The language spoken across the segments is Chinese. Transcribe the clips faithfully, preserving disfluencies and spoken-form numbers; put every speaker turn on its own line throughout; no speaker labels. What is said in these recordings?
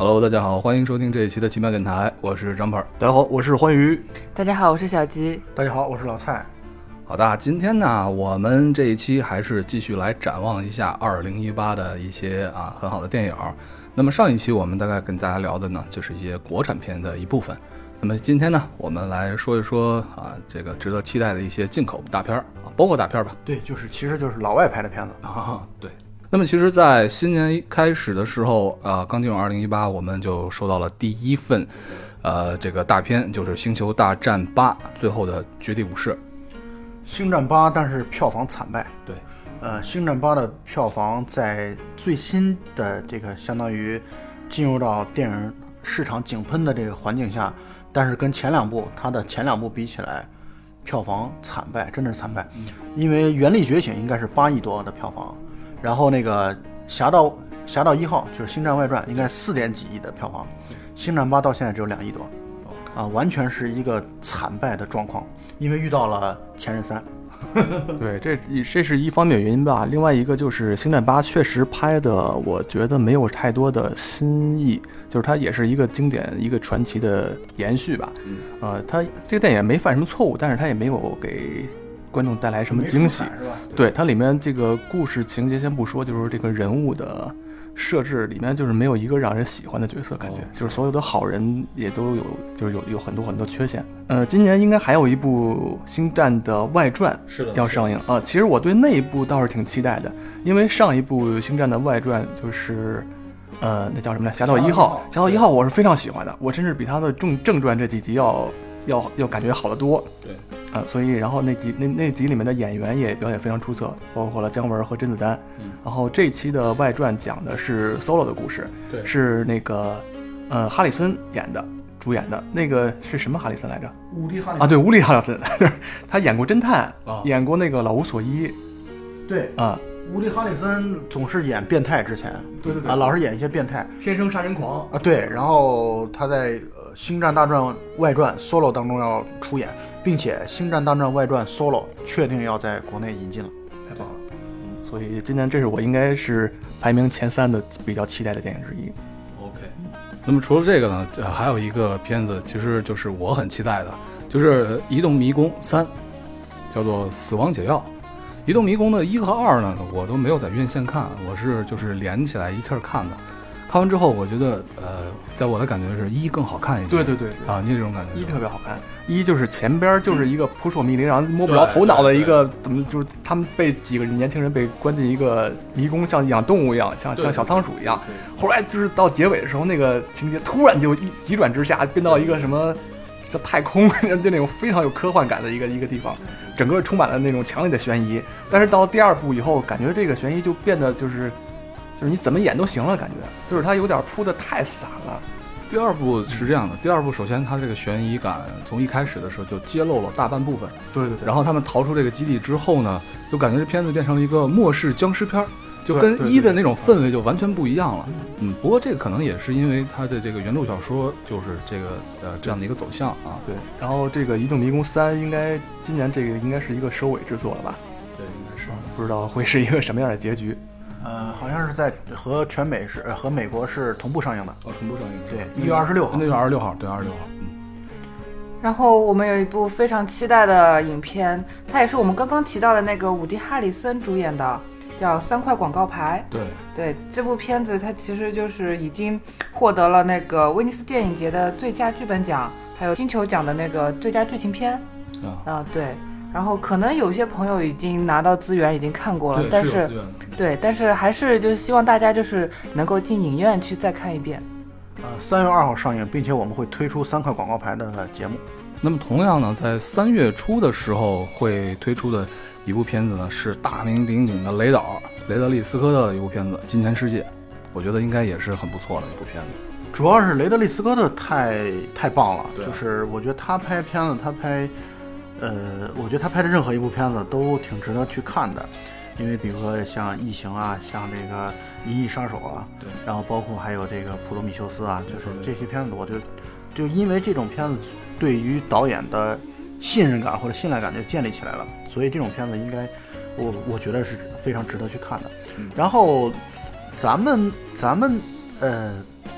Hello， 大家好，欢迎收听这一期的奇妙电台，我是张鹏。
大家好，我是欢愉。
大家好，我是小吉。
大家好，我是老蔡。
好的，今天呢，我们这一期还是继续来展望一下二零一八的一些啊很好的电影。那么上一期我们大概跟大家聊的呢，就是一些国产片的一部分。那么今天呢，我们来说一说啊，这个值得期待的一些进口大片啊，包括大片吧。
对，就是其实就是老外拍的片子
啊，对。那么其实在新年开始的时候啊，刚进入二零一八，我们就收到了第一份呃这个大片，就是《星球大战八：最后的绝地武士》。
星战八，但是票房惨败。
对，
呃，星战八的票房在最新的这个相当于进入到电影市场井喷的这个环境下，但是跟前两部它的前两部比起来，票房惨败，真的是惨败。嗯、因为《原力觉醒》应该是八亿多的票房。然后那个侠盗侠盗一号就是星战外传，应该四点几亿的票房，星战八到现在只有两亿多，啊，完全是一个惨败的状况，因为遇到了前任三。
对，这这是一方面原因吧。另外一个就是星战八确实拍的，我觉得没有太多的新意，就是它也是一个经典、一个传奇的延续吧。嗯、呃，它这个电影没犯什么错误，但是它也没有给观众带来什么惊喜，
是吧？
对，它里面这个故事情节先不说，就是这个人物的设置里面就是没有一个让人喜欢的角色，感觉、哦、就是所有的好人也都有，就是有有很多很多缺陷。呃，今年应该还有一部星战的外传要上映啊、呃。其实我对那一部倒是挺期待的，因为上一部星战的外传就是呃那叫什么来，侠盗一号，侠盗一号我是非常喜欢的，我甚至比他的正正传这几集要要要感觉好得多。
对。
啊，所以然后那集那那集里面的演员也表演非常出色，包括了姜文和甄子丹。嗯，然后这期的外传讲的是 Solo 的故事，
对，
是那个呃哈里森演的，主演的那个是什么哈里森来着？
乌迪哈里森
啊，对，乌迪哈里森，他演过侦探，
哦、
演过那个老无所依。
对
啊，
乌迪哈里森总是演变态，之前
对对对
啊，老是演一些变态，
天生杀人狂
啊，对，然后他在。星战大战外传 Solo 当中要出演，并且星战大战外传 Solo 确定要在国内引进了，
太棒了。嗯，所以今年这是我应该是排名前三的比较期待的电影之一。
OK， 那么除了这个呢，还有一个片子，其实就是我很期待的，就是《移动迷宫三》，叫做《死亡解药》。《移动迷宫》的一和二呢，我都没有在院线看，我是就是连起来一气儿看的。看完之后，我觉得，呃，在我的感觉是一更好看一些。
对对对对
啊，你这种感觉，
一特别好看。一就是前边就是一个扑朔迷离，然后摸不着头脑的一个，怎么就是他们被几个年轻人被关进一个迷宫，像养动物一样，像像小仓鼠一样。后来就是到结尾的时候，那个情节突然就一急转直下，变到一个什么叫太空，就那种非常有科幻感的一个一个地方，整个充满了那种强烈的悬疑。但是到第二部以后，感觉这个悬疑就变得就是。就是你怎么演都行了，感觉就是它有点铺的太散了。
第二部是这样的，第二部首先它这个悬疑感从一开始的时候就揭露了大半部分，
对对对。
然后他们逃出这个基地之后呢，就感觉这片子变成了一个末世僵尸片，就跟一的那种氛围就完全不一样了。嗯，不过这个可能也是因为它的这个原著小说就是这个呃这样的一个走向啊。
对，然后这个《移动迷宫三》应该今年这个应该是一个收尾之作了吧？
对，应该是，
不知道会是一个什么样的结局。
呃，好像是在和全美是呃和美国是同步上映的。
哦，同步上映。
对，一月二十六号。
那就二十六号，对，二十六号。嗯。
然后我们有一部非常期待的影片，它也是我们刚刚提到的那个伍迪·哈里森主演的，叫《三块广告牌》。
对。
对，这部片子它其实就是已经获得了那个威尼斯电影节的最佳剧本奖，还有金球奖的那个最佳剧情片。啊。啊，对。然后可能有些朋友已经拿到资源，已经看过了，但是对，但是还是就是希望大家就是能够进影院去再看一遍。
呃，三月二号上映，并且我们会推出三块广告牌的节目。
那么同样呢，在三月初的时候会推出的一部片子呢，是大名鼎鼎的雷导雷德利·斯科特的一部片子《金钱世界》，我觉得应该也是很不错的一部片子。
主要是雷德利·斯科特太太棒了，
对，
就是我觉得他拍片子，他拍。呃，我觉得他拍的任何一部片子都挺值得去看的，因为比如说像《异形》啊，像这个《银翼杀手》啊，
对，
然后包括还有这个《普罗米修斯》啊，就是这些片子，我觉得就因为这种片子对于导演的信任感或者信赖感就建立起来了，所以这种片子应该我我觉得是非常值得去看的。
嗯、
然后咱们咱们呃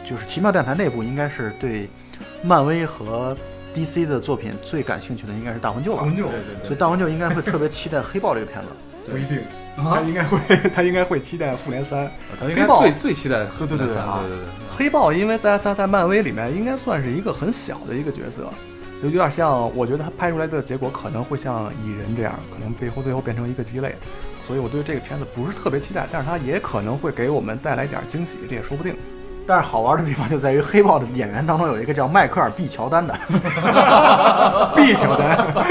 就是奇妙电台内部应该是对漫威和 D C 的作品最感兴趣的应该是大魂舅吧？
大魂舅，
对对对，所以大魂舅应该会特别期待黑豹这个片子。
不一定，他应该会，他应该会期待复联三。
他应该最最期待
对对对对
对对对。
黑豹因为在在在漫威里面应该算是一个很小的一个角色，就有点像，我觉得他拍出来的结果可能会像蚁人这样，可能背后最后变成一个鸡肋。所以我对这个片子不是特别期待，但是它也可能会给我们带来点惊喜，这也说不定。
但是好玩的地方就在于黑豹的演员当中有一个叫迈克尔 B 乔丹的
，B 乔丹。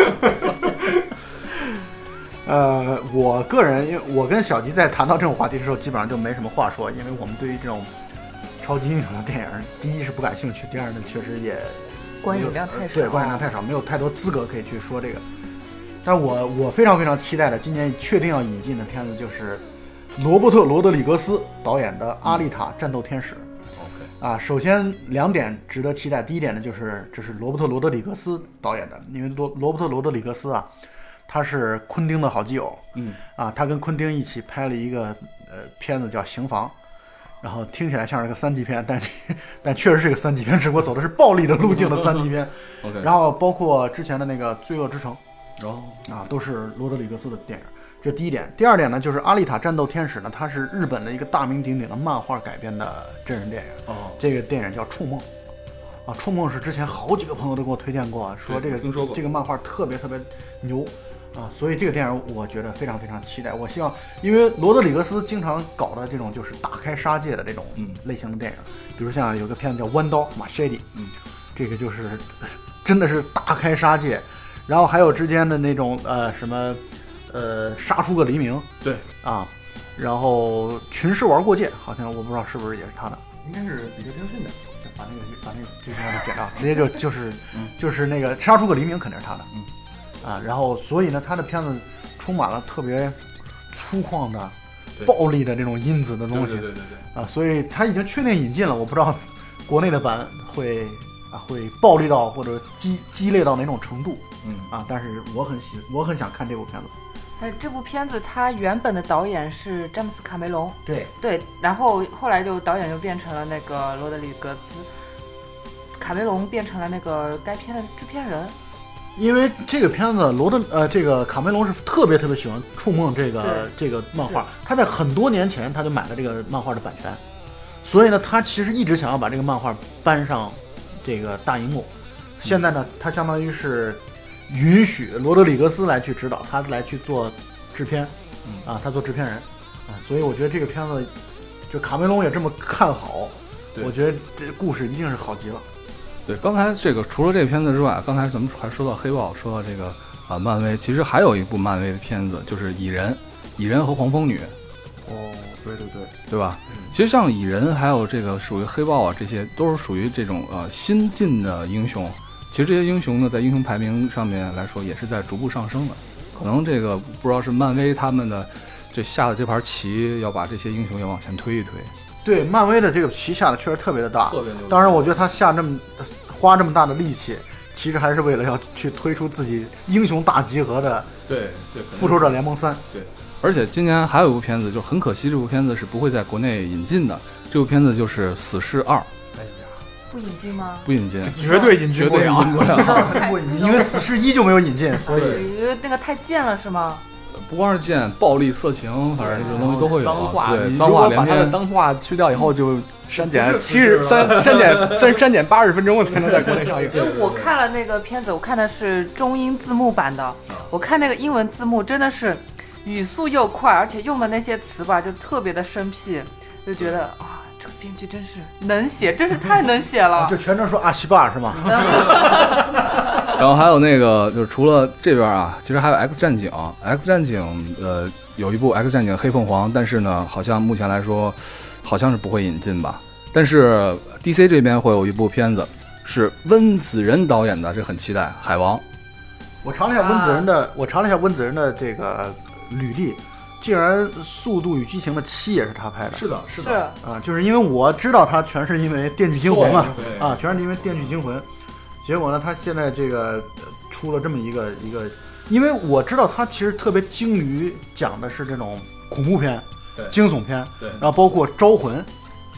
呃，我个人，因为我跟小吉在谈到这种话题的时候，基本上就没什么话说，因为我们对于这种超级英雄的电影，第一是不感兴趣，第二呢，确实也
观影量太少，
对，观影量太少，没有太多资格可以去说这个。但我我非常非常期待的，今年确定要引进的片子就是罗伯特·罗德里格斯导演的《阿丽塔：战斗天使》。
OK
啊，首先两点值得期待，第一点呢，就是这是罗伯特·罗德里格斯导演的，因为罗罗伯特·罗德里格斯啊。他是昆汀的好基友，
嗯
啊，他跟昆汀一起拍了一个呃片子叫《刑房》，然后听起来像是个三级片，但但确实是个三级片，只不过走的是暴力的路径的三级片。
okay.
然后包括之前的那个《罪恶之城》，
哦
啊，都是罗德里格斯的电影。这第一点。第二点呢，就是《阿丽塔：战斗天使》呢，它是日本的一个大名鼎鼎的漫画改编的真人电影。
哦，
这个电影叫《触梦》。啊，《触梦》是之前好几个朋友都给我推荐过，说这个
听说过
这个漫画特别特别牛。啊，所以这个电影我觉得非常非常期待。我希望，因为罗德里格斯经常搞的这种就是大开杀戒的这种类型的电影，嗯、比如像有个片子叫《弯刀马歇蒂》，
嗯，
这个就是真的是大开杀戒。然后还有之间的那种呃什么呃杀出个黎明，
对
啊，然后群尸玩过界，好像我不知道是不是也是他的，
应该是比较精训的。
把那个把那个这句话给剪掉，直接就就是就是那个杀出个黎明肯定是他的，
嗯。
啊，然后所以呢，他的片子充满了特别粗犷的、暴力的这种因子的东西，
对对对对
啊，所以他已经确定引进了，我不知道国内的版会啊会暴力到或者激激烈到哪种程度，
嗯
啊，但是我很喜我很想看这部片子。
但是这部片子它原本的导演是詹姆斯·卡梅隆，
对
对，然后后来就导演就变成了那个罗德里格兹，卡梅隆变成了那个该片的制片人。
因为这个片子，罗德呃，这个卡梅隆是特别特别喜欢《触梦》这个这个漫画，他在很多年前他就买了这个漫画的版权，所以呢，他其实一直想要把这个漫画搬上这个大荧幕。现在呢，他相当于是允许罗德里格斯来去指导，他来去做制片，啊，他做制片人，啊，所以我觉得这个片子，就卡梅隆也这么看好，我觉得这故事一定是好极了。
对，刚才这个除了这个片子之外，刚才咱们还说到黑豹，说到这个啊、呃、漫威，其实还有一部漫威的片子就是蚁人，蚁人和黄蜂女。
哦，对对对，
对吧？嗯、其实像蚁人还有这个属于黑豹啊，这些都是属于这种呃新进的英雄。其实这些英雄呢，在英雄排名上面来说，也是在逐步上升的。可能这个不知道是漫威他们的这下的这盘棋，要把这些英雄也往前推一推。
对，漫威的这个棋下的确实特别的大，
特别牛。
当然，我觉得他下这么花这么大的力气，其实还是为了要去推出自己英雄大集合的
对对
复仇者联盟三。
对，而且今年还有一部片子，就很可惜，这部片子是不会在国内引进的。这部片子就是《死侍二》。
哎呀，
不引进吗？
不引进，
绝对引进不了，
因为《死侍一》就没有引进，所以
因为那个太贱了，是吗？
不光是贱，暴力、色情，反正这种东西都会有。
脏话，
对，脏话连篇。
把它的脏话去掉以后，就删减七十三，删减三删减八十分钟才能在国内上映。
因为我看了那个片子，我看的是中英字幕版的，我看那个英文字幕真的是语速又快，而且用的那些词吧，就特别的生僻，就觉得啊。这个编剧真是能写，真是太能写了。
就全程说阿西巴是吗？
然后还有那个，就是除了这边啊，其实还有 X 战警。X 战警，呃，有一部 X 战警黑凤凰，但是呢，好像目前来说，好像是不会引进吧。但是 D C 这边会有一部片子，是温子仁导演的，这很期待。海王。
我查了一下温子仁的，啊、我查了一下温子仁的这个履历。竟然《速度与激情》的七也是他拍的，
是的，是的，
啊，就是因为我知道他全是因为《电锯惊魂》嘛，啊，全是因为《电锯惊魂》，结果呢，他现在这个出了这么一个一个，因为我知道他其实特别精于讲的是这种恐怖片、惊悚片，
对，
然后包括招魂，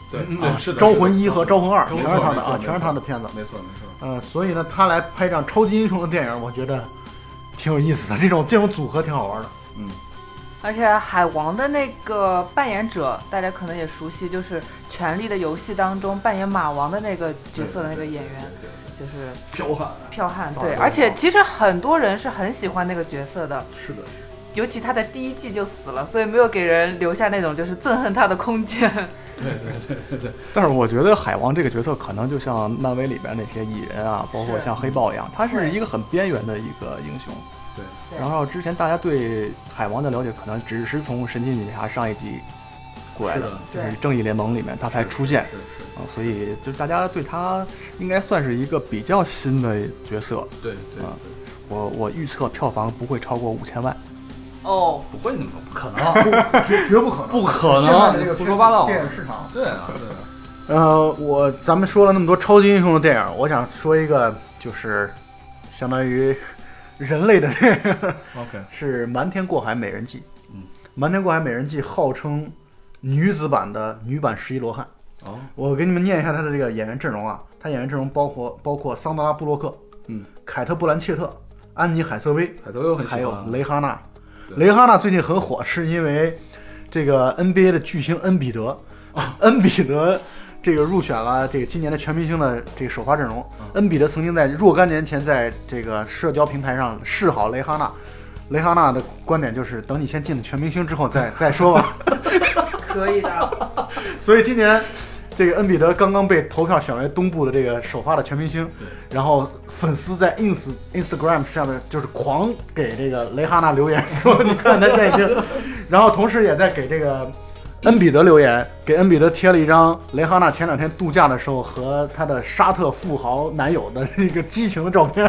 对，
啊，
是的，
招魂一和招魂二
没错
全是他的啊，
没错
全是他的片子。
没错没错。
呃，所以呢，他来拍这样超级英雄的电影，我觉得挺有意思的，这种这种组合挺好玩的。
嗯。
而且海王的那个扮演者，大家可能也熟悉，就是《权力的游戏》当中扮演马王的那个角色的那个演员，就是
彪悍，
彪悍。对，而且其实很多人是很喜欢那个角色的。
是的。
尤其他在第一季就死了，所以没有给人留下那种就是憎恨他的空间。
对对对对对。
但是我觉得海王这个角色可能就像漫威里边那些蚁人啊，包括像黑豹一样，他是一个很边缘的一个英雄。
对。
然后之前大家对海王的了解可能只是从神奇女侠上一集过来的，就是正义联盟里面他才出现。
是是。
啊，所以就是大家对他应该算是一个比较新的角色。
对对。
啊，我我预测票房不会超过五千万。
哦，
不会那么不可
能，不绝绝不可能，
不可能，
现在这个
胡说八道。
电影市场，
对啊，对啊。
呃，我咱们说了那么多超级英雄的电影，我想说一个，就是相当于人类的电影
，OK，
是《瞒天过海美人计》。
嗯，《
瞒天过海美人计》号称女子版的女版十一罗汉。
哦，
我给你们念一下他的这个演员阵容啊，他演员阵容包括包括桑德拉布洛克，
嗯，
凯特布兰切特、安妮海瑟薇，
海瑟薇我很喜欢，
还有雷哈娜。雷哈娜最近很火，是因为这个 N B A 的巨星恩比德，恩比德这个入选了这个今年的全明星的这个首发阵容。恩比德曾经在若干年前在这个社交平台上示好雷哈娜，雷哈娜的观点就是等你先进了全明星之后再再说吧。
可以的。
所以今年这个恩比德刚刚被投票选为东部的这个首发的全明星，然后粉丝在 ins Instagram 上面就是狂给这个雷哈娜留言，说你看他现在已经，然后同时也在给这个恩比德留言，给恩比德贴了一张雷哈娜前两天度假的时候和他的沙特富豪男友的那个激情的照片。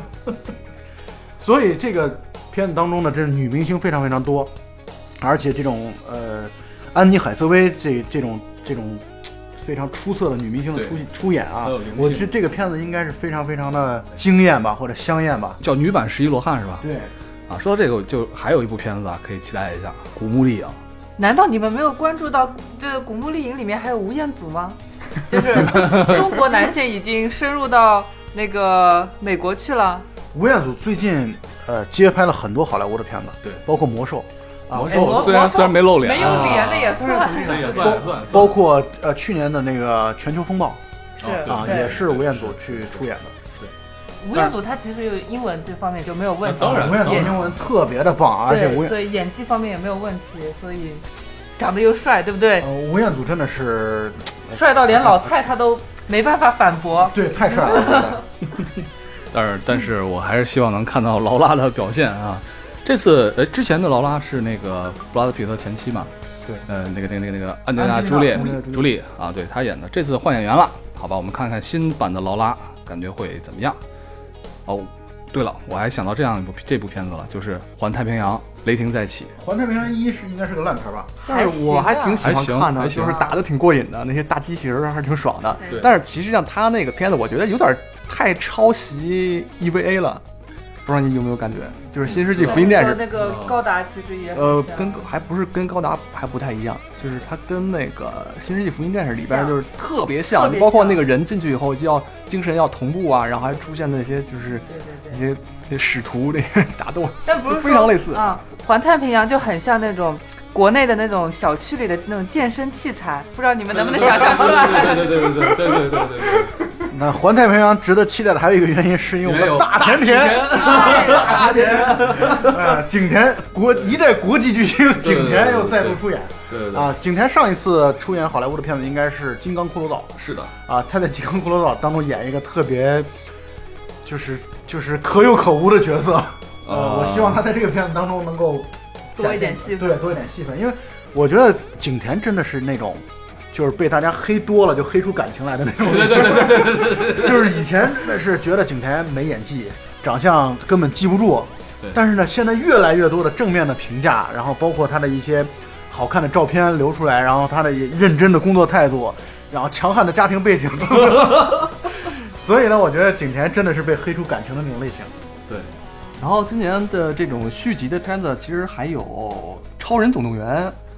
所以这个片子当中呢，这女明星非常非常多，而且这种呃安妮海瑟薇这这种这种。非常出色的女明星的出出演啊，我觉得这个片子应该是非常非常的惊艳吧，或者香艳吧。
叫女版十一罗汉是吧？
对。
啊，说到这个，就还有一部片子啊，可以期待一下，《古墓丽影》。
难道你们没有关注到这《古墓丽影》里面还有吴彦祖吗？就是中国男性已经深入到那个美国去了。
吴彦祖最近呃接拍了很多好莱坞的片子，
对，
包括《魔兽》。
魔兽虽然虽然没露脸，
没有脸的也算，
也算也算。
包括呃去年的那个《全球风暴》
是
啊，也是吴彦祖去出演的。
对，吴彦祖他其实有英文这方面就没有问题，
当然，
吴彦祖英文特别的棒，而且吴
所以演技方面也没有问题，所以长得又帅，对不对？
呃，吴彦祖真的是
帅到连老蔡他都没办法反驳，
对，太帅了。
但是，但是我还是希望能看到劳拉的表现啊。这次呃，之前的劳拉是那个布拉德皮特前妻嘛？
对，
呃，那个那个那个那个安吉娜朱莉朱莉啊，对她演的。这次换演员了，好吧，我们看看新版的劳拉感觉会怎么样。哦，对了，我还想到这样一部这部片子了，就是《环太平洋》，雷霆再起。
《环太平洋一》是应该是个烂片吧？
但是我还挺喜欢看的，就是打得挺过瘾的，那些大机器人还是挺爽的。但是实际上他那个片子，我觉得有点太抄袭 E V A 了。不知道你有没有感觉，就是新世纪福音战士
那个高达其实也
呃跟还不是跟高达还不太一样，就是它跟那个新世纪福音战士里边就是特别像，
别像
包括那个人进去以后就要精神要同步啊，然后还出现那些就是一些些使徒那些打斗，
但不是
非常类似
啊。环太平洋就很像那种国内的那种小区里的那种健身器材，不知道你们能不能想象出来？
对对对对对对对对对对。
那环太平洋值得期待的还有一个原因，是因为我们的大甜甜，大甜甜，啊，景甜国一代国际巨星景甜又再度出演。
对对对。
啊，景甜上一次出演好莱坞的片子应该是《金刚骷髅岛》。
是的。
啊，他在《金刚骷髅岛》当中演一个特别，就是就是可有可无的角色。呃，我希望他在这个片子当中能够
多一点戏份，
对，多一点戏份，因为我觉得景甜真的是那种。就是被大家黑多了就黑出感情来的那种类型，就是以前是觉得景甜没演技，长相根本记不住，但是呢，现在越来越多的正面的评价，然后包括他的一些好看的照片流出来，然后他的认真的工作态度，然后强悍的家庭背景，所以呢，我觉得景甜真的是被黑出感情的那种类型。
对，
然后今年的这种续集的片子，其实还有《超人总动员》。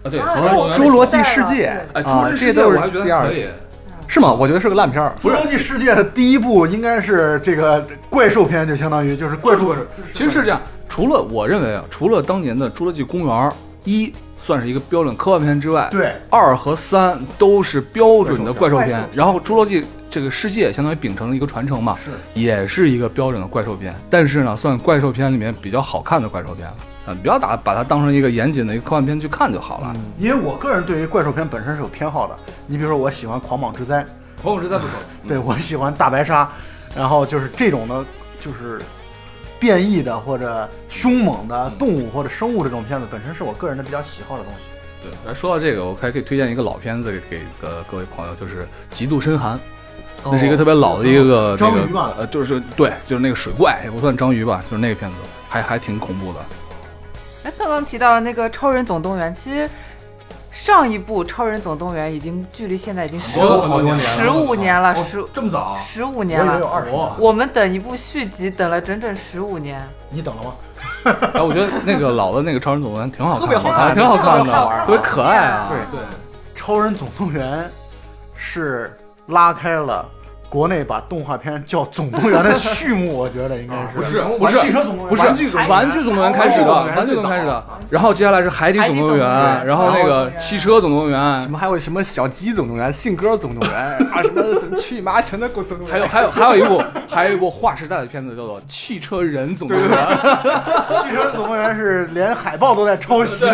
啊，对，
侏罗纪世界，
哎，侏罗纪世界我还觉得可以。
是吗？我觉得是个烂片儿。
侏罗纪世界的第一部应该是这个怪兽片，就相当于就是怪兽。
其实是这样，除了我认为啊，除了当年的《侏罗纪公园》一算是一个标准科幻片之外，
对，
二和三都是标准的怪兽片。然后《侏罗纪这个世界》相当于秉承了一个传承嘛，
是，
也是一个标准的怪兽片。但是呢，算怪兽片里面比较好看的怪兽片了。嗯，不要打把它当成一个严谨的一个科幻片去看就好了。
嗯、因为我个人对于怪兽片本身是有偏好的。你比如说，我喜欢《狂蟒之灾》，《
狂蟒之灾》不错。
对，我喜欢《大白鲨》，然后就是这种的，就是变异的或者凶猛的动物或者生物这种片子，本身是我个人的比较喜好的东西。
对，来说到这个，我还可以推荐一个老片子给给呃各位朋友，就是《极度深寒》。哦、那是一个特别老的一个、
哦、章鱼吧，
呃，就是对，就是那个水怪，也不算章鱼吧，就是那个片子，还还挺恐怖的。
哎，刚刚提到的那个《超人总动员》，其实上一部《超人总动员》已经距离现在已经十
五好多年
十五年了，十、
哦、这么早，
十五年了，
有二十年。
我们等一部续集等了整整十五年，
你等了吗？
哎，我觉得那个老的那个《超人总动员》挺好看的，
特别好看，
挺好看的，
特
别可爱啊。
对对，《超人总动员》是拉开了国内把动画片叫总动员的序幕，我觉得应该是
不是不是
汽车总动员，
不是玩具总动员开始的，玩具总动员开始的，然后接下来是海底总动员，然后那个汽车总动员，
什么还有什么小鸡总动员、信鸽总动员啊，什么什么去妈全的总动员，
还有还有还有一部还有一部划时代的片子叫做《汽车人总动员》，
汽车总动员是连海报都在抄袭。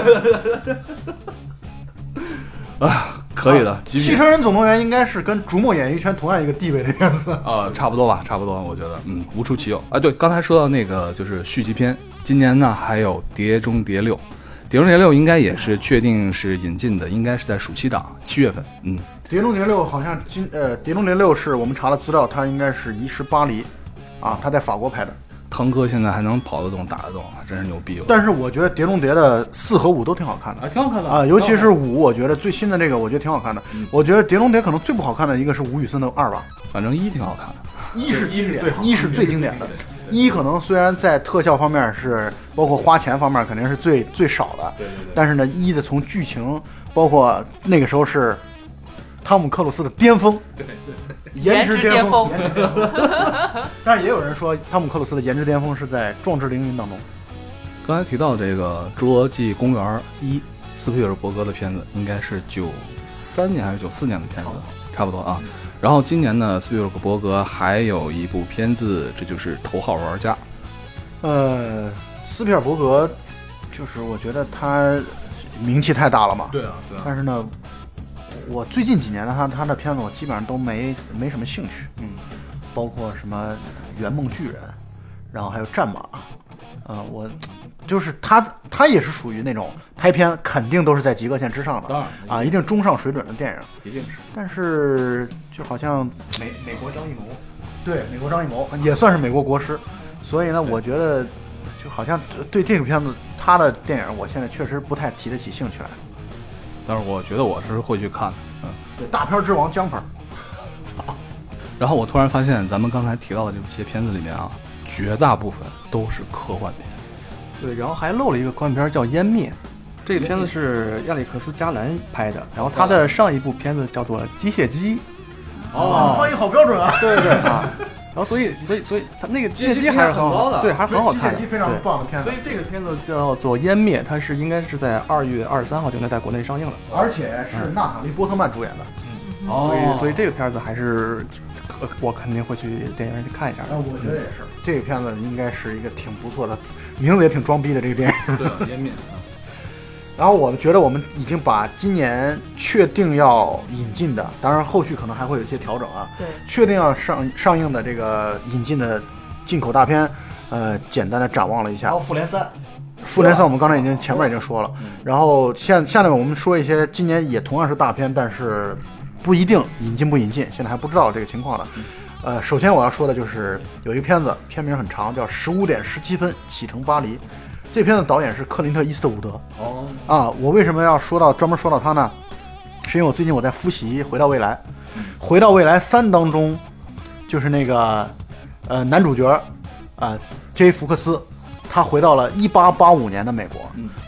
啊。可以的，
汽车人总动员应该是跟逐梦演艺圈同样一个地位的片子，
呃，差不多吧，差不多，我觉得，嗯，无出其右啊。对，刚才说到那个就是续集片，今年呢还有《碟中谍六》，《碟中谍六》应该也是确定是引进的，应该是在暑期档，七月份，嗯，《
碟中谍六》好像今呃，《碟中谍六》是我们查了资料，它应该是移师巴黎，啊，他在法国拍的。
腾哥现在还能跑得动、打得动，真是牛逼！
但是我觉得《碟中谍》的四和五都挺好看的
啊，挺好看的
啊，尤其是五，我觉得最新的这个，我觉得挺好看的。
嗯、
我觉得《碟中谍》可能最不好看的一个是吴宇森的二吧，
反正一挺好看的，
一是经典，一是最经典的。一可能虽然在特效方面是，包括花钱方面肯定是最最少的，
对对对。
但是呢，一的从剧情，包括那个时候是汤姆克鲁斯的巅峰，
对对。
颜值巅峰，
但是也有人说汤姆克鲁斯的颜值巅峰是在《壮志凌云》当中。
刚才提到这个《侏罗纪公园一》，斯皮尔伯格的片子，应该是九三年还是九四年的片子，差不多啊。然后今年呢，斯皮尔伯格还有一部片子，这就是《头号玩家》。
呃，斯皮尔伯格就是我觉得他名气太大了嘛，
对啊，对啊。
但是呢。我最近几年的他他的片子我基本上都没没什么兴趣，嗯，包括什么圆梦巨人，然后还有战马，呃，我就是他他也是属于那种拍片肯定都是在及格线之上的，啊，一定中上水准的电
影，一定是。
但是就好像
美美国张艺谋，
对，美国张艺谋也算是美国国师，所以呢，我觉得就好像对这个片子他的电影，我现在确实不太提得起兴趣来。
但是我觉得我是会去看的，嗯，
对，大片之王姜粉，
操！然后我突然发现，咱们刚才提到的这些片子里面啊，绝大部分都是科幻片。
对，然后还漏了一个科幻片叫《湮灭》，这个片子是亚历克斯·加兰拍的，然后他的上一部片子叫做《机械姬》。
哦，翻译好标准啊！
对对啊。然后所以所以所以他那个机械姬还是很好的，对，还是很好看的，
机械姬非常棒的片子。
所以这个片子叫做《湮灭》，它是应该是在二月二十三号就能在国内上映了，
而且是娜塔莉波特曼主演的。
嗯，哦，所以所以这个片子还是我肯定会去电影院去看一下。
那我觉得也是，这个片子应该是一个挺不错的，名字也挺装逼的这个电影。
对，湮灭。
然后我觉得我们已经把今年确定要引进的，当然后续可能还会有一些调整啊。
对，
确定要上上映的这个引进的进口大片，呃，简单的展望了一下。
然后复联三，
复联三我们刚才已经前面已经说了，然后现下面我们说一些今年也同样是大片，但是不一定引进不引进，现在还不知道这个情况的。呃，首先我要说的就是有一个片子，片名很长，叫《十五点十七分启程巴黎》。这片子导演是克林特·伊斯特伍德。
哦，
啊，我为什么要说到专门说到他呢？是因为我最近我在复习《回到未来》，《回到未来三》当中，就是那个呃男主角啊、呃、J. 福克斯，他回到了一八八五年的美国，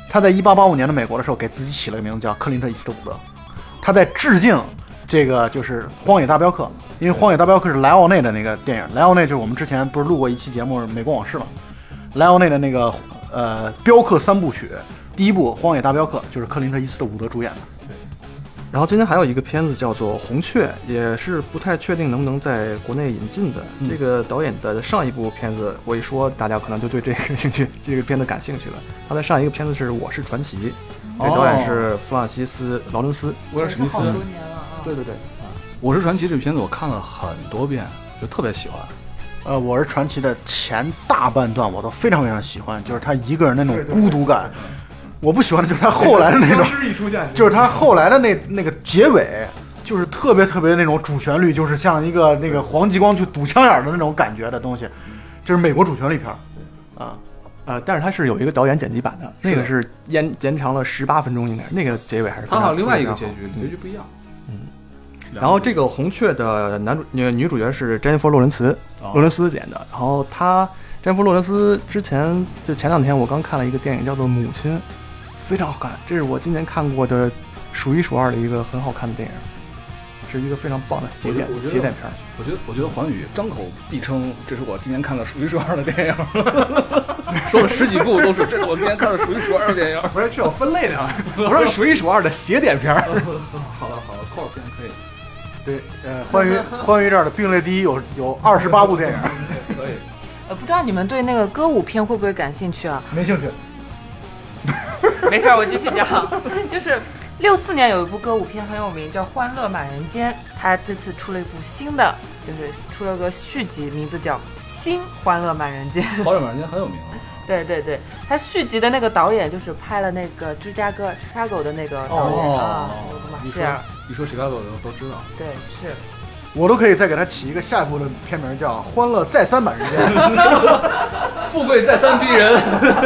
他在一八八五年的美国的时候，给自己起了个名字叫克林特·伊斯特伍德，他在致敬这个就是《荒野大镖客》，因为《荒野大镖客》是莱奥内的那个电影，莱奥内就是我们之前不是录过一期节目《美国往事》嘛，莱奥内的那个呃镖客三部曲，第一部《荒野大镖客》就是克林特·伊斯特伍德主演的。
然后今天还有一个片子叫做《红雀》，也是不太确定能不能在国内引进的。嗯、这个导演的上一部片子，我一说大家可能就对这个兴趣，这个片子感兴趣了。他的上一个片子是《我是传奇》，这导演是弗朗西斯·劳伦斯，
威尔史密斯。
好多年了啊！
对对对，
啊，《我是传奇》这个片子我看了很多遍，就特别喜欢。
呃，《我是传奇》的前大半段我都非常非常喜欢，就是他一个人那种孤独感。对对对，我不喜欢的就是他后来的那种，就是他后来的那那个结尾，就是特别特别那种主旋律，就是像一个那个黄继光去堵枪眼的那种感觉的东西，就是美国主旋律片啊。
呃，但是它是有一个导演剪辑版的，那个是延延长了十八分钟，应该那个结尾还是非常。
它还有另外一个结局，结局不一样。
嗯。然后这个红雀的男主女女主角是詹妮弗·洛伦茨，洛伦斯演的。然后她詹妮弗·洛伦斯之前就前两天我刚看了一个电影叫做《母亲》。非常好看，这是我今年看过的数一数二的一个很好看的电影，是一个非常棒的邪典邪典片。
我觉得，我觉得黄宇张口必称这是我今年看的数一数二的电影，说了十几部都是这是我今年看的数一数二的电影。
不是，是有分类的，我说数一数二的邪典片。
好了好了，扣片可以。
对，呃，欢愉欢愉这儿的并列第一有有二十八部电影，
可以。
呃，不知道你们对那个歌舞片会不会感兴趣啊？
没兴趣。
没事，我继续讲。就是六四年有一部歌舞片很有名，叫《欢乐满人间》，他这次出了一部新的，就是出了个续集，名字叫《新欢乐满人间》。
欢乐满人间很有名啊。
对对对，他续集的那个导演就是拍了那个芝加哥 Chicago 的那个导演、哦、啊，马歇尔。
你说 Chicago 的都知道。
对，是。
我都可以再给他起一个下一部的片名叫《欢乐再三满人间》，
富贵再三逼人。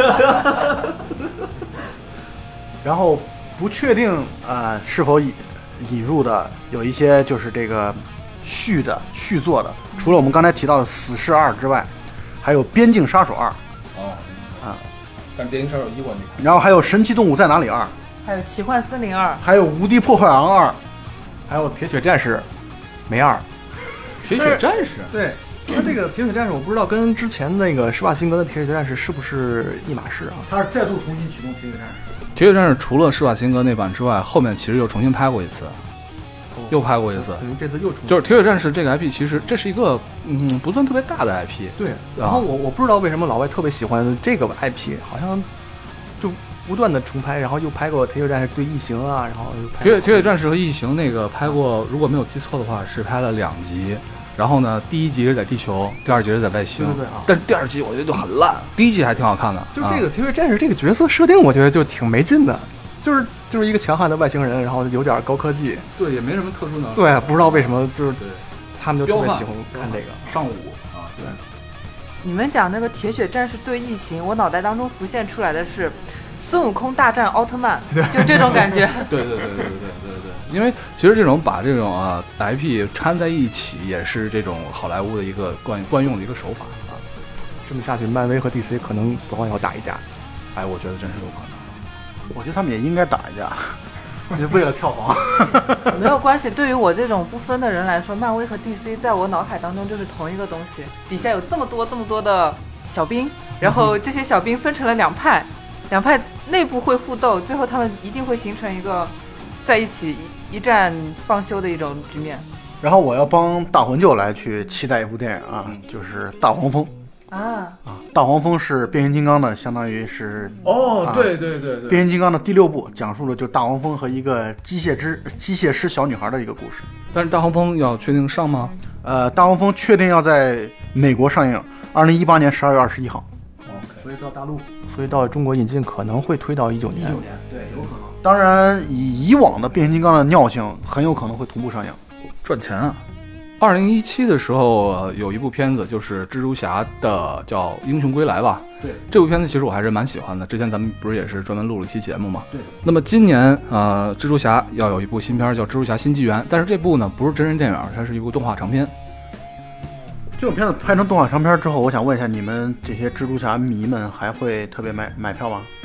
然后不确定啊、呃、是否引引入的有一些就是这个续的续作的，除了我们刚才提到的《死侍二》之外，还有《边境杀手二》
哦
啊，
但是《边境杀手一》我没看。
然后还有《神奇动物在哪里二》，
还有《奇幻森林二》，
还有《无敌破坏王二》，
还有《铁血战士》没二。
铁血战士
对。他这个铁血战士我不知道跟之前那个施瓦辛格的铁血战士是不是一码事啊？
他是再度重新启动铁血战士。
铁血战士除了施瓦辛格那版之外，后面其实又重新拍过一次，哦、又拍过一次。
嗯，这次又重新
就是铁血战士这个 I P， 其实这是一个嗯不算特别大的 I P。
对。然后我我不知道为什么老外特别喜欢这个 I P， 好像就不断的重拍，然后又拍过铁血战士对异形啊，然后又拍
铁血铁血战士和异形那个拍过，如果没有记错的话是拍了两集。然后呢，第一集是在地球，第二集是在外星。
对对对啊！
但是第二集我觉得就很烂，第一集还挺好看的。
就这个铁血战士这个角色设定，我觉得就挺没劲的，就是就是一个强悍的外星人，然后有点高科技。
对，也没什么特殊能力。
对，不知道为什么就是他们就特别喜欢看这个
上午啊。对。
你们讲那个铁血战士对异形，我脑袋当中浮现出来的是孙悟空大战奥特曼，就这种感觉。
对对对对对对对对。因为其实这种把这种啊 I P 掺在一起，也是这种好莱坞的一个惯惯用的一个手法啊。
这么下去，漫威和 D C 可能早晚要打一架。
哎，我觉得真是有可能。
我觉得他们也应该打一架，就为了票房。
没有关系，对于我这种不分的人来说，漫威和 D C 在我脑海当中就是同一个东西。底下有这么多这么多的小兵，然后这些小兵分成了两派，两派内部会互斗，最后他们一定会形成一个在一起一战方休的一种局面。
然后我要帮大魂舅来去期待一部电影啊，嗯、就是《大黄蜂》
啊
啊，《大黄蜂》是变形金刚的，相当于是
哦，
啊、
对对对对，
变形金刚的第六部，讲述了就大黄蜂和一个机械之机械师小女孩的一个故事。
但是大黄蜂要确定上吗？
呃，大黄蜂确定要在美国上映，二零一八年十二月二十一号。
OK， 所以到大陆，所以到中国引进可能会推到一九年。
一九年，对，有可能。当然，以以往的变形金刚的尿性，很有可能会同步上映，
赚钱啊！二零一七的时候有一部片子，就是蜘蛛侠的，叫《英雄归来》吧？
对，
这部片子其实我还是蛮喜欢的。之前咱们不是也是专门录了一期节目嘛？
对。
那么今年呃，蜘蛛侠要有一部新片叫《蜘蛛侠新纪元》，但是这部呢不是真人电影，它是一部动画长片。
这种片子拍成动画长片之后，我想问一下，你们这些蜘蛛侠迷们还会特别买买票吗？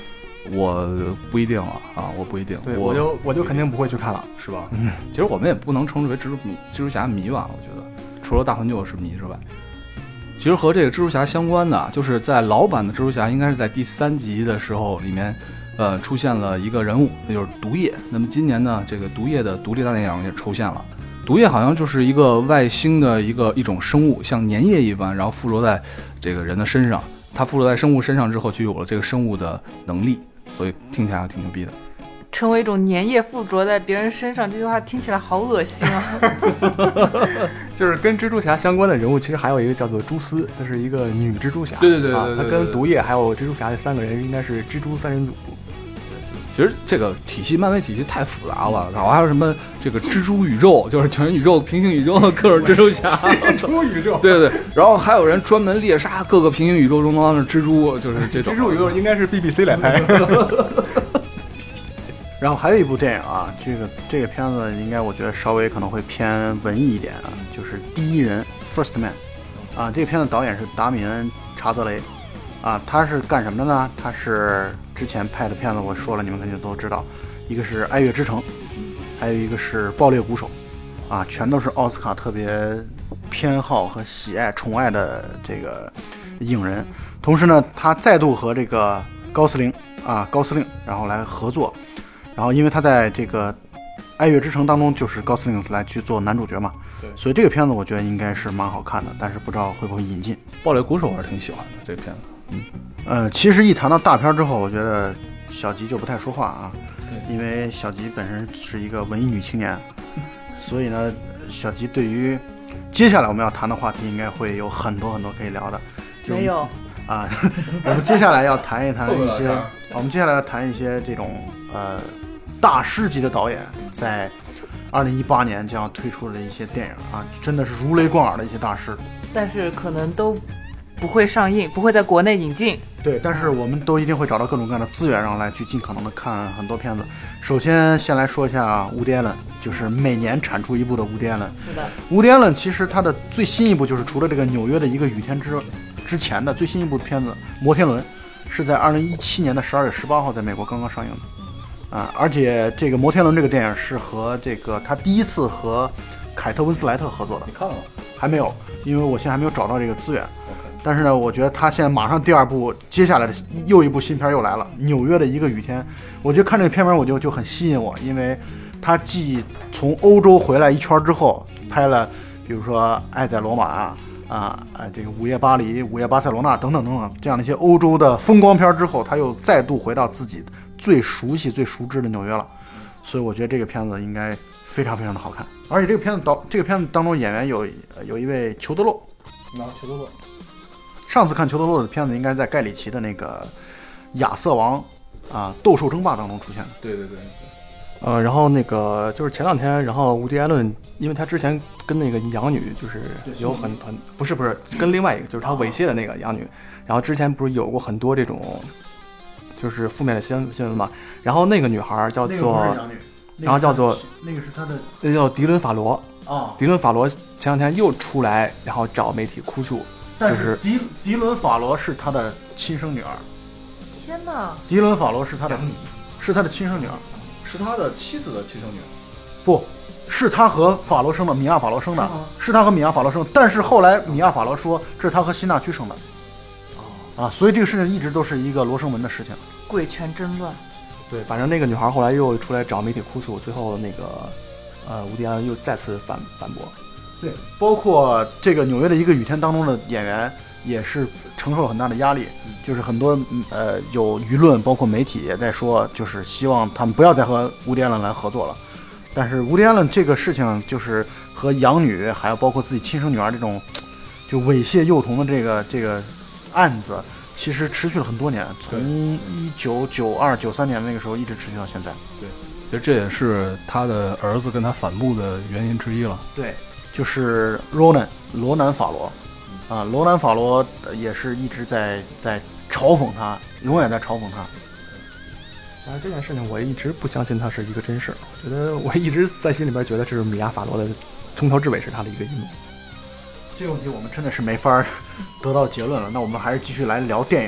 我不一定了啊，我不一定，
对，我就我就肯定不会去看了，
是吧？嗯，其实我们也不能称之为蜘蛛迷、蜘蛛侠迷吧，我觉得除了大环就是迷之外，其实和这个蜘蛛侠相关的，就是在老版的蜘蛛侠应该是在第三集的时候里面。呃，出现了一个人物，那就是毒液。那么今年呢，这个毒液的独立大电影也出现了。毒液好像就是一个外星的一个一种生物，像粘液一般，然后附着在这个人的身上。它附着在生物身上之后，就有了这个生物的能力，所以听起来还挺牛逼的。
成为一种粘液附着在别人身上，这句话听起来好恶心啊！
就是跟蜘蛛侠相关的人物，其实还有一个叫做蛛丝，她是一个女蜘蛛侠。
对对对对对，
她跟毒液还有蜘蛛侠这三个人应该是蜘蛛三人组。
其实这个体系，漫威体系太复杂了，然后还有什么这个蜘蛛宇宙，就是全宇宙、平行宇宙的各种蜘蛛侠。
蜘蛛宇宙，
对对对，然后还有人专门猎杀各个平行宇宙中的蜘蛛，就是这种。
蜘蛛宇宙应该是 B B C 来拍。
然后还有一部电影啊，这个这个片子应该我觉得稍微可能会偏文艺一点啊，就是《第一人》First Man 啊，这个片子导演是达米恩·查泽雷。啊，他是干什么的呢？他是之前拍的片子，我说了，你们肯定都知道，一个是《爱乐之城》，还有一个是《爆裂鼓手》，啊，全都是奥斯卡特别偏好和喜爱、宠爱的这个影人。同时呢，他再度和这个高司令啊，高司令然后来合作，然后因为他在这个《爱乐之城》当中就是高司令来去做男主角嘛，对，所以这个片子我觉得应该是蛮好看的，但是不知道会不会引进。
爆裂鼓手我是挺喜欢的这个片子。
嗯，呃，其实一谈到大片之后，我觉得小吉就不太说话啊，因为小吉本身是一个文艺女青年，所以呢，小吉对于接下来我们要谈的话题，应该会有很多很多可以聊的。
没有
啊，我们接下来要谈一谈一些，我们接下来要谈一些这种呃大师级的导演在二零一八年将要推出的一些电影啊，真的是如雷贯耳的一些大师，
但是可能都不会上映，不会在国内引进。
对，但是我们都一定会找到各种各样的资源，让来去尽可能的看很多片子。首先，先来说一下伍迪·艾伦，就是每年产出一部的伍迪·艾伦。
是的，
伍迪·艾伦其实他的最新一部就是除了这个纽约的一个雨天之之前的最新一部片子《摩天轮》，是在二零一七年的十二月十八号在美国刚刚上映的。啊，而且这个《摩天轮》这个电影是和这个他第一次和凯特·温斯莱特合作的。
你看了？
还没有，因为我现在还没有找到这个资源。但是呢，我觉得他现在马上第二部，接下来的又一部新片又来了，《纽约的一个雨天》。我觉得看这个片名我就就很吸引我，因为他既从欧洲回来一圈之后，拍了比如说《爱在罗马》啊啊这个《午夜巴黎》《午夜巴塞罗那》等等等等这样的一些欧洲的风光片之后，他又再度回到自己最熟悉、最熟知的纽约了。所以我觉得这个片子应该非常非常的好看。而且这个片子导这个片子当中演员有有一位裘德洛，
那裘德洛。
上次看裘德洛的片子应该是在盖里奇的那个亚瑟王啊斗兽争霸当中出现的。
对对对。
呃，然后那个就是前两天，然后伍迪·艾伦，因为他之前跟那个养女就是有很很不是不是跟另外一个就是他猥亵的那个养女，然后之前不是有过很多这种就是负面的新新闻嘛，然后那个女孩叫做，
那个养女
然后叫做
那个是他的，
那叫迪伦·法罗
啊、哦，
迪伦·法罗前两天又出来，然后找媒体哭诉。
但是迪迪伦·法罗是他的亲生女儿。
天哪！
迪伦·法罗是他的，是他的亲生女儿，
是他的妻子的亲生女儿。
不是他和法罗生的，米娅·法罗生的，是他和米娅·法罗生的。但是后来米娅·法罗说这是他和辛纳屈生的。啊，所以这个事情一直都是一个罗生门的事情。
贵权争乱。
对，反正那个女孩后来又出来找媒体哭诉，最后那个呃伍迪·艾伦又再次反反驳。
对，包括这个纽约的一个雨天当中的演员也是承受了很大的压力，就是很多呃有舆论包括媒体也在说，就是希望他们不要再和伍迪·艾伦来合作了。但是伍迪·艾伦这个事情就是和养女还有包括自己亲生女儿这种就猥亵幼童的这个这个案子，其实持续了很多年，从一九九二九三年那个时候一直持续到现在。
对，其实这也是他的儿子跟他反目的原因之一了。
对。就是罗南罗南法罗，啊，罗南法罗也是一直在在嘲讽他，永远在嘲讽他。
但是这件事情我一直不相信它是一个真事，我觉得我一直在心里边觉得这是米娅法罗的从头至尾是他的一个阴谋。
这个问题我们真的是没法得到结论了，那我们还是继续来聊电影。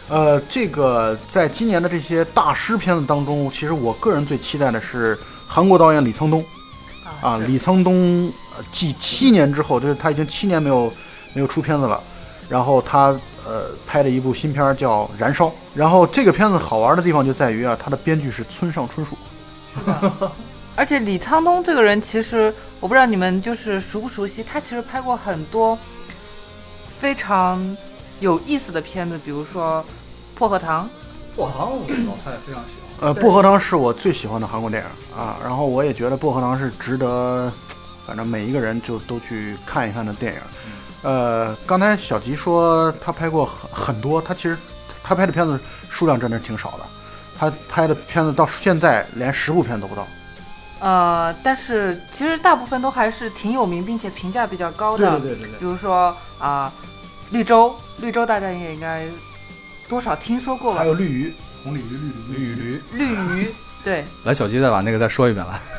呃，这个在今年的这些大师片子当中，其实我个人最期待的是韩国导演李沧东啊，李沧东继七年之后，就是他已经七年没有没有出片子了，然后他呃拍了一部新片叫《燃烧》，然后这个片子好玩的地方就在于啊，他的编剧是村上春树。
是的。而且李沧东这个人，其实我不知道你们就是熟不熟悉，他其实拍过很多非常有意思的片子，比如说《薄荷糖》。
薄荷糖，我老太太非常喜欢。
呃，薄荷糖是我最喜欢的韩国电影啊，然后我也觉得薄荷糖是值得，反正每一个人就都去看一看的电影。呃，刚才小吉说他拍过很很多，他其实他拍的片子数量真的挺少的，他拍的片子到现在连十部片都不到。
呃，但是其实大部分都还是挺有名，并且评价比较高的。
对对对对。
比如说啊、呃，绿洲，绿洲大家也应该多少听说过吧？
还有绿鱼，红鲤鱼、绿
绿鱼、
绿鱼，对。
来，小鸡再把那个再说一遍来。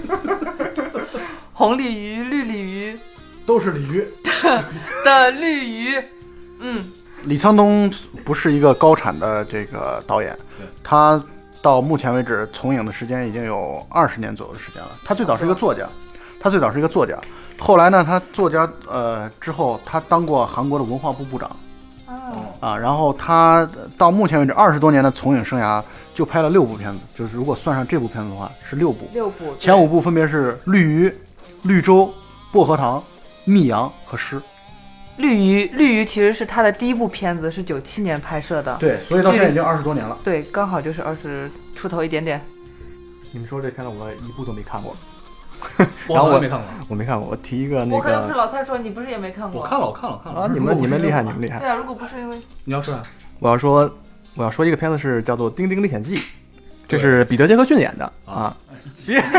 红鲤鱼、绿鲤鱼，
都是鲤鱼
的绿鱼。嗯，
李沧东不是一个高产的这个导演，他到目前为止从影的时间已经有二十年左右的时间了。他最早是一个作家，他最早是一个作家，后来呢，他作家呃之后，他当过韩国的文化部部长，啊，然后他到目前为止二十多年的从影生涯，就拍了六部片子，就是如果算上这部片子的话，是六部。
六部，
前五部分别是《绿鱼》、《绿洲》、《薄荷糖》、《密阳》和《诗》。
绿鱼，绿鱼其实是他的第一部片子，是九七年拍摄的。
对，所以到现在已经二十多年了。
对，刚好就是二十出头一点点。
你们说这片子我一部都没看过，
然后我没看过，
我没看过。我提一个那个，
我看到不是老太说你不是也没看过？
我看了，我看了，看了
啊！你们你们厉害，你们厉害。
对啊，如果不是因为
你要说啥？
我要说我要说一个片子是叫做《丁丁历险记》，这是彼得·杰克逊演的啊。别，彼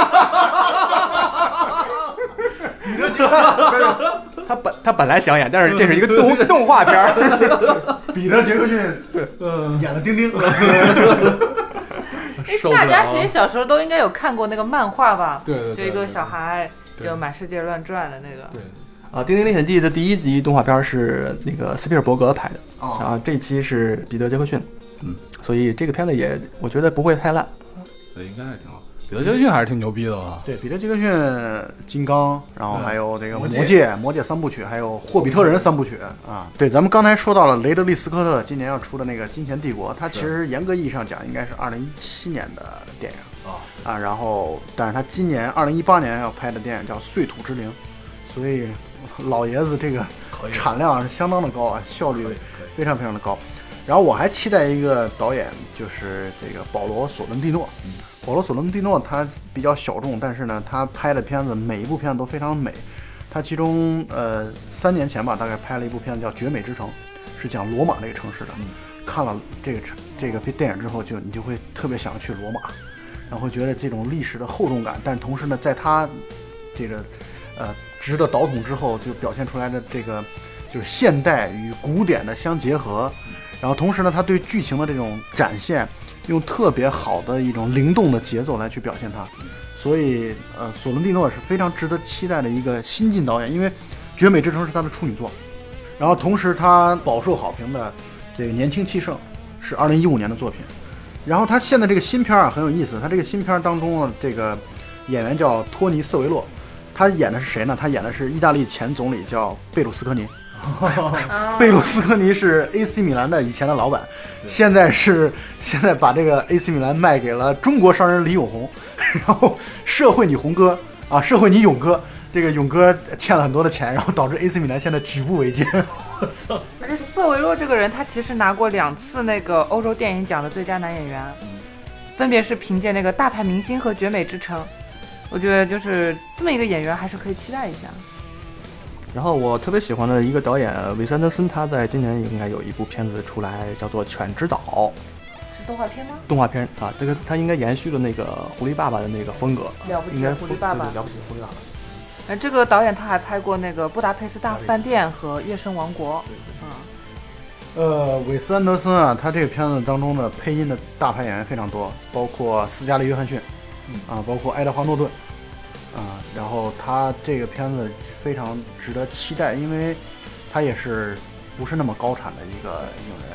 得·杰克他本他本来想演，但是这是一个动动画片儿。
彼得·杰克逊对，嗯，演了丁丁。
大家其实小时候都应该有看过那个漫画吧？
对对，
就一个小孩就满世界乱转的那个。
对
啊，《丁丁历险记》的第一集动画片是那个斯皮尔伯格拍的，
哦、
啊，这期是彼得·杰克逊，嗯，所以这个片子也我觉得不会太烂，
对，应该还挺好。彼得·杰克逊还是挺牛逼的啊！
对，彼得·杰克逊、金刚，然后还有这个魔戒、魔戒三部曲，还有霍比特人三部曲啊。对，咱们刚才说到了雷德利·斯科特今年要出的那个《金钱帝国》，它其实严格意义上讲应该是二零一七年的电影啊啊，然后但是他今年二零一八年要拍的电影叫《碎土之灵》，所以老爷子这个产量是相当的高啊，效率非常非常的高。然后我还期待一个导演，就是这个保罗·索伦蒂诺。嗯保罗·索伦蒂诺他比较小众，但是呢，他拍的片子每一部片子都非常美。他其中呃三年前吧，大概拍了一部片子叫《绝美之城》，是讲罗马这个城市的。嗯、看了这个这个电影之后，就你就会特别想去罗马，然后会觉得这种历史的厚重感。但同时呢，在他这个呃值得倒腾之后，就表现出来的这个就是现代与古典的相结合。然后同时呢，他对剧情的这种展现。用特别好的一种灵动的节奏来去表现它，所以呃，索伦蒂诺是非常值得期待的一个新晋导演，因为《绝美之城》是他的处女作，然后同时他饱受好评的这个《年轻气盛》是二零一五年的作品，然后他现在这个新片啊很有意思，他这个新片当中呢，这个演员叫托尼·瑟维洛，他演的是谁呢？他演的是意大利前总理叫贝鲁斯科尼。贝鲁斯科尼是 A C 米兰的以前的老板，现在是现在把这个 A C 米兰卖给了中国商人李永红，然后社会你红哥啊，社会你勇哥，这个勇哥欠了很多的钱，然后导致 A C 米兰现在举步维艰。
我操！而且瑟维洛这个人，他其实拿过两次那个欧洲电影奖的最佳男演员，分别是凭借那个《大牌明星》和《绝美之城》。我觉得就是这么一个演员，还是可以期待一下。
然后我特别喜欢的一个导演韦斯安德森，他在今年应该有一部片子出来，叫做《犬之岛》，
是动画片吗？
动画片啊，这个他应该延续了那个狐狸爸爸的那个风格，
了不起的狐狸爸爸，
了不起的狐狸爸爸。
呃，这个导演他还拍过那个《布达佩斯大饭店》和《月升王国》。
嗯，呃，韦斯安德森啊，他这个片子当中的配音的大牌演员非常多，包括斯嘉丽·约翰逊，啊，包括爱德华·诺顿。啊，然后他这个片子非常值得期待，因为他也是不是那么高产的一个影人，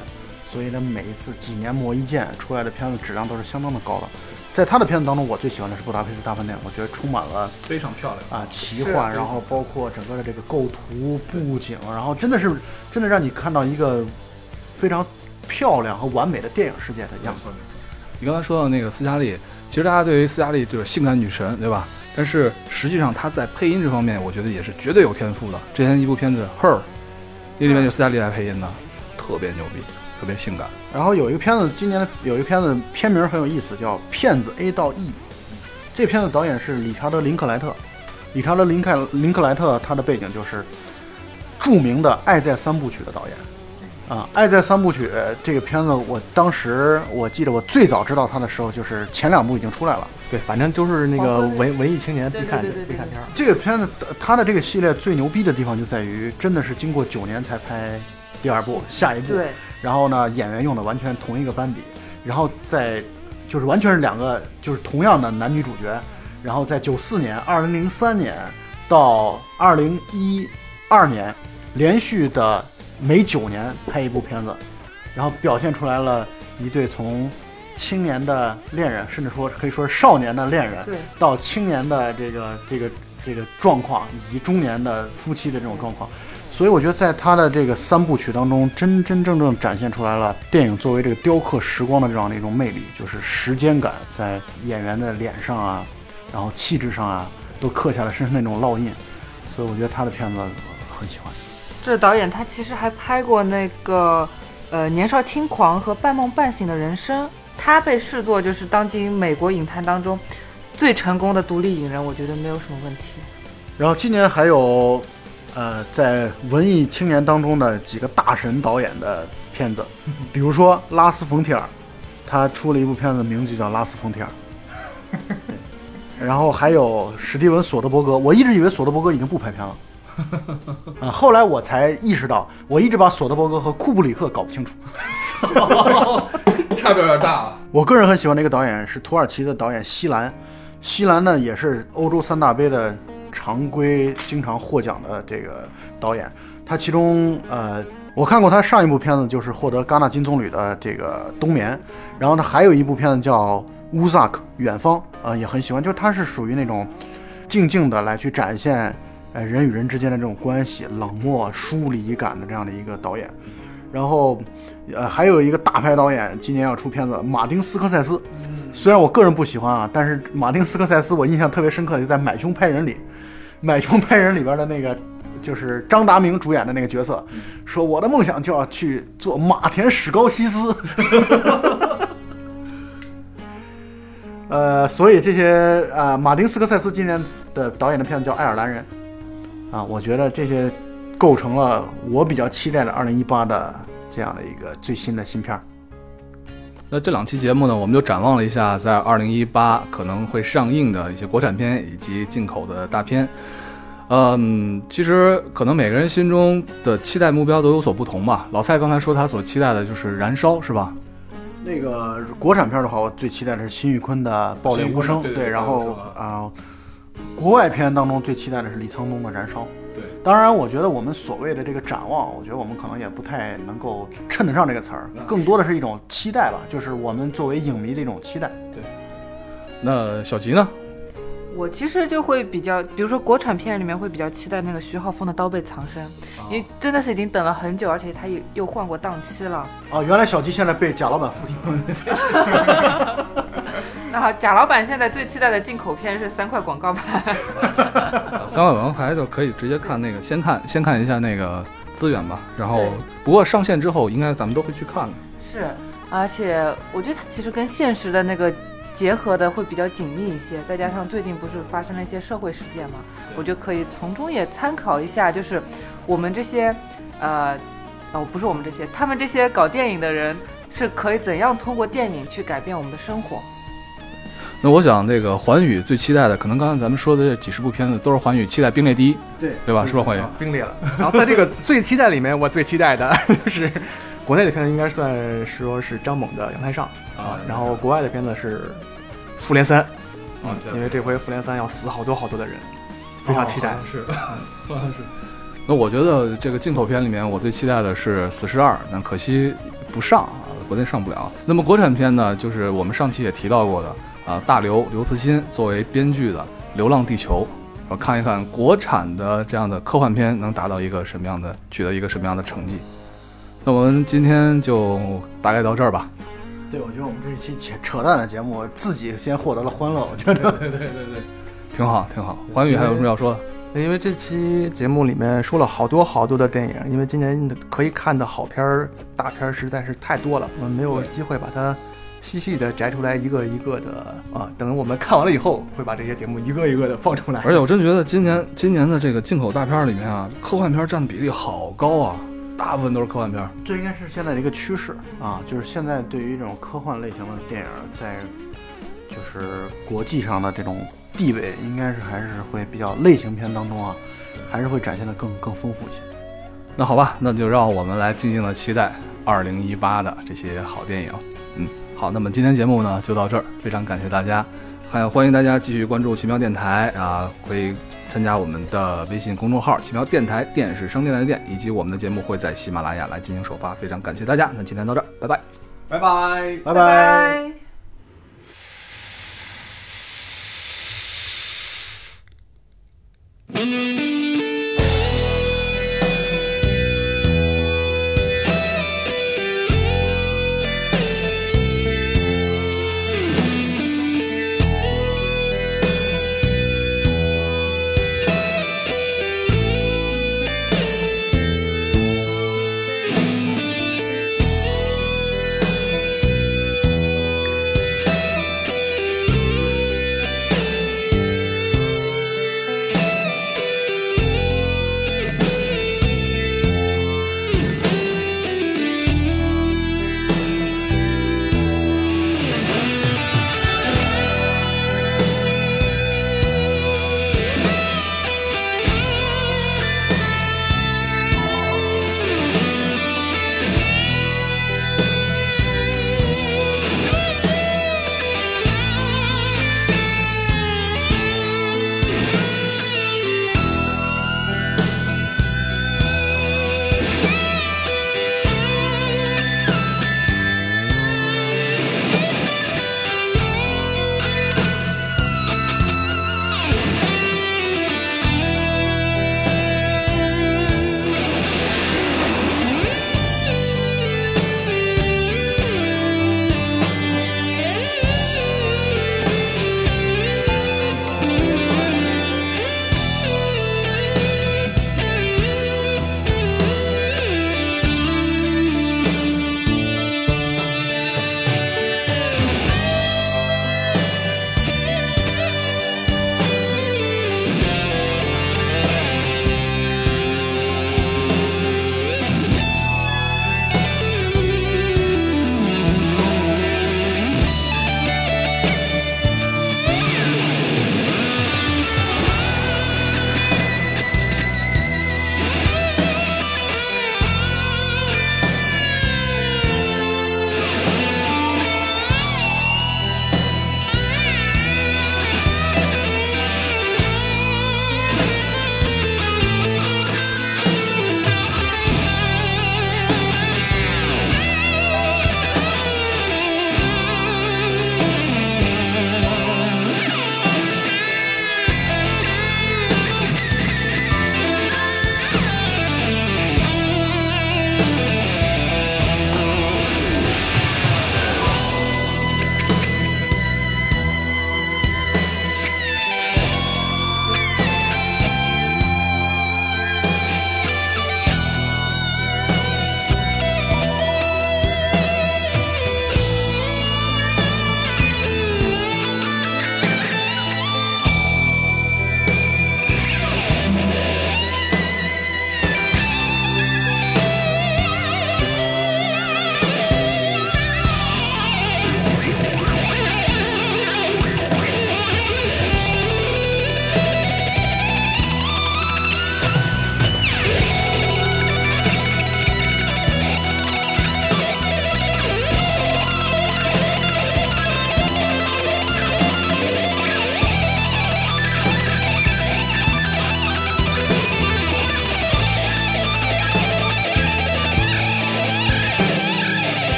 所以呢，每一次几年磨一剑出来的片子质量都是相当的高的。在他的片子当中，我最喜欢的是《布达佩斯大饭店》，我觉得充满了
非常漂亮
啊奇幻，然后包括整个的这个构图、布景，然后真的是真的让你看到一个非常漂亮和完美的电影世界的样子。
你刚才说到那个斯嘉丽，其实大家对于斯嘉丽就是性感女神，对吧？但是实际上她在配音这方面，我觉得也是绝对有天赋的。之前一部片子《Her》，那里面就斯嘉丽来配音的，特别牛逼，特别性感。
然后有一个片子，今年有一个片子片名很有意思，叫《骗子 A 到 E》。这片子导演是理查德·林克莱特。理查德·林克林克莱特，他的背景就是著名的《爱在三部曲》的导演。啊，《爱在三部曲》这个片子，我当时我记得我最早知道他的时候，就是前两部已经出来了。
对，反正就是那个文文艺青年必看必看片。
这个片子他的这个系列最牛逼的地方就在于，真的是经过九年才拍第二部、下一部。
对。
然后呢，演员用的完全同一个班底，然后在就是完全是两个就是同样的男女主角，然后在九四年、二零零三年到二零一二年连续的。每九年拍一部片子，然后表现出来了一对从青年的恋人，甚至说可以说是少年的恋人，到青年的这个这个这个状况，以及中年的夫妻的这种状况。所以我觉得在他的这个三部曲当中，真真正正展现出来了电影作为这个雕刻时光的这样的一种魅力，就是时间感在演员的脸上啊，然后气质上啊，都刻下了深深的那种烙印。所以我觉得他的片子很喜欢。
这导演他其实还拍过那个呃年少轻狂和半梦半醒的人生，他被视作就是当今美国影坛当中最成功的独立影人，我觉得没有什么问题。
然后今年还有呃在文艺青年当中的几个大神导演的片子，比如说拉斯冯提尔，他出了一部片子名字就叫拉斯冯提尔。然后还有史蒂文·索德伯格，我一直以为索德伯格已经不拍片了。啊！后来我才意识到，我一直把索德伯格和库布里克搞不清楚，
差别有点大了。
我个人很喜欢的一个导演是土耳其的导演希兰，希兰呢也是欧洲三大杯的常规经常获奖的这个导演。他其中呃，我看过他上一部片子就是获得戛纳金棕榈的这个《冬眠》，然后他还有一部片子叫《乌萨克远方》啊、呃，也很喜欢，就是他是属于那种静静的来去展现。呃，人与人之间的这种关系，冷漠疏离感的这样的一个导演。然后呃，还有一个大牌导演今年要出片子，马丁斯科塞斯。虽然我个人不喜欢啊，但是马丁斯科塞斯我印象特别深刻的就在《买凶拍人》里，《买凶拍人》里边的那个就是张达明主演的那个角色，说我的梦想就要去做马田史高西斯。呃，所以这些啊、呃，马丁斯科塞斯今年的导演的片子叫《爱尔兰人》。啊，我觉得这些构成了我比较期待的二零一八的这样的一个最新的新片。
那这两期节目呢，我们就展望了一下在二零一八可能会上映的一些国产片以及进口的大片。嗯，其实可能每个人心中的期待目标都有所不同吧。老蔡刚才说他所期待的就是《燃烧》，是吧？
那个国产片的话，我最期待的是辛玉坤的《爆裂无声》，对，然后啊。呃国外片当中最期待的是李沧东的《燃烧》。
对，
当然，我觉得我们所谓的这个展望，我觉得我们可能也不太能够称得上这个词儿，更多的是一种期待吧，就是我们作为影迷的一种期待。
对。那小吉呢？
我其实就会比较，比如说国产片里面会比较期待那个徐浩峰的《刀背藏身》，因为真的是已经等了很久，而且他又又换过档期了。
哦，原来小吉现在被贾老板附体了。
那好，贾老板现在最期待的进口片是三块广告牌。
三块广告牌就可以直接看那个，先看先看一下那个资源吧。然后，不过上线之后，应该咱们都会去看的。
是，而且我觉得它其实跟现实的那个结合的会比较紧密一些，再加上最近不是发生了一些社会事件嘛，我就可以从中也参考一下，就是我们这些，呃，哦，不是我们这些，他们这些搞电影的人是可以怎样通过电影去改变我们的生活。
那我想，这个环宇最期待的，可能刚才咱们说的这几十部片子都是环宇期待并列第一，
对
对吧？是吧，环宇
并列了。然后在这个最期待里面，我最期待的就是国内的片子，应该算是说是张猛的《阳台上》啊，然后国外的片子是《复联三》啊，因为这回复联三要死好多好多的人，非常期待。
是，好像是。 那我觉得这个进口片里面，我最期待的是《死侍二》，但可惜不上啊，国内上不了。那么国产片呢，就是我们上期也提到过的啊，大刘刘慈欣作为编剧的《流浪地球》，我看一看国产的这样的科幻片能达到一个什么样的，取得一个什么样的成绩。那我们今天就大概到这儿吧。
对，我觉得我们这一期扯扯淡的节目，自己先获得了欢乐，我觉得
对对对对对，挺好挺好。环宇还有什么要说的？
因为这期节目里面说了好多好多的电影，因为今年可以看的好片儿、大片儿实在是太多了，我们没有机会把它细细的摘出来一个一个的啊。等我们看完了以后，会把这些节目一个一个的放出来。
而且我真觉得今年今年的这个进口大片里面啊，科幻片占的比例好高啊，大部分都是科幻片。
这应该是现在的一个趋势啊，就是现在对于这种科幻类型的电影，在就是国际上的这种地位，应该是还是会比较类型片当中啊，还是会展现的更更丰富一些。
那好吧，那就让我们来静静的期待二零一八的这些好电影。嗯，好，那么今天节目呢就到这儿，非常感谢大家，还欢迎大家继续关注奇妙电台啊，可以参加我们的微信公众号奇妙电台，电是声电台的电，以及我们的节目会在喜马拉雅来进行首发，非常感谢大家。那今天到这儿，拜拜，
拜拜，
拜拜。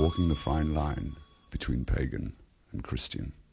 walking the fine line between pagan and Christian.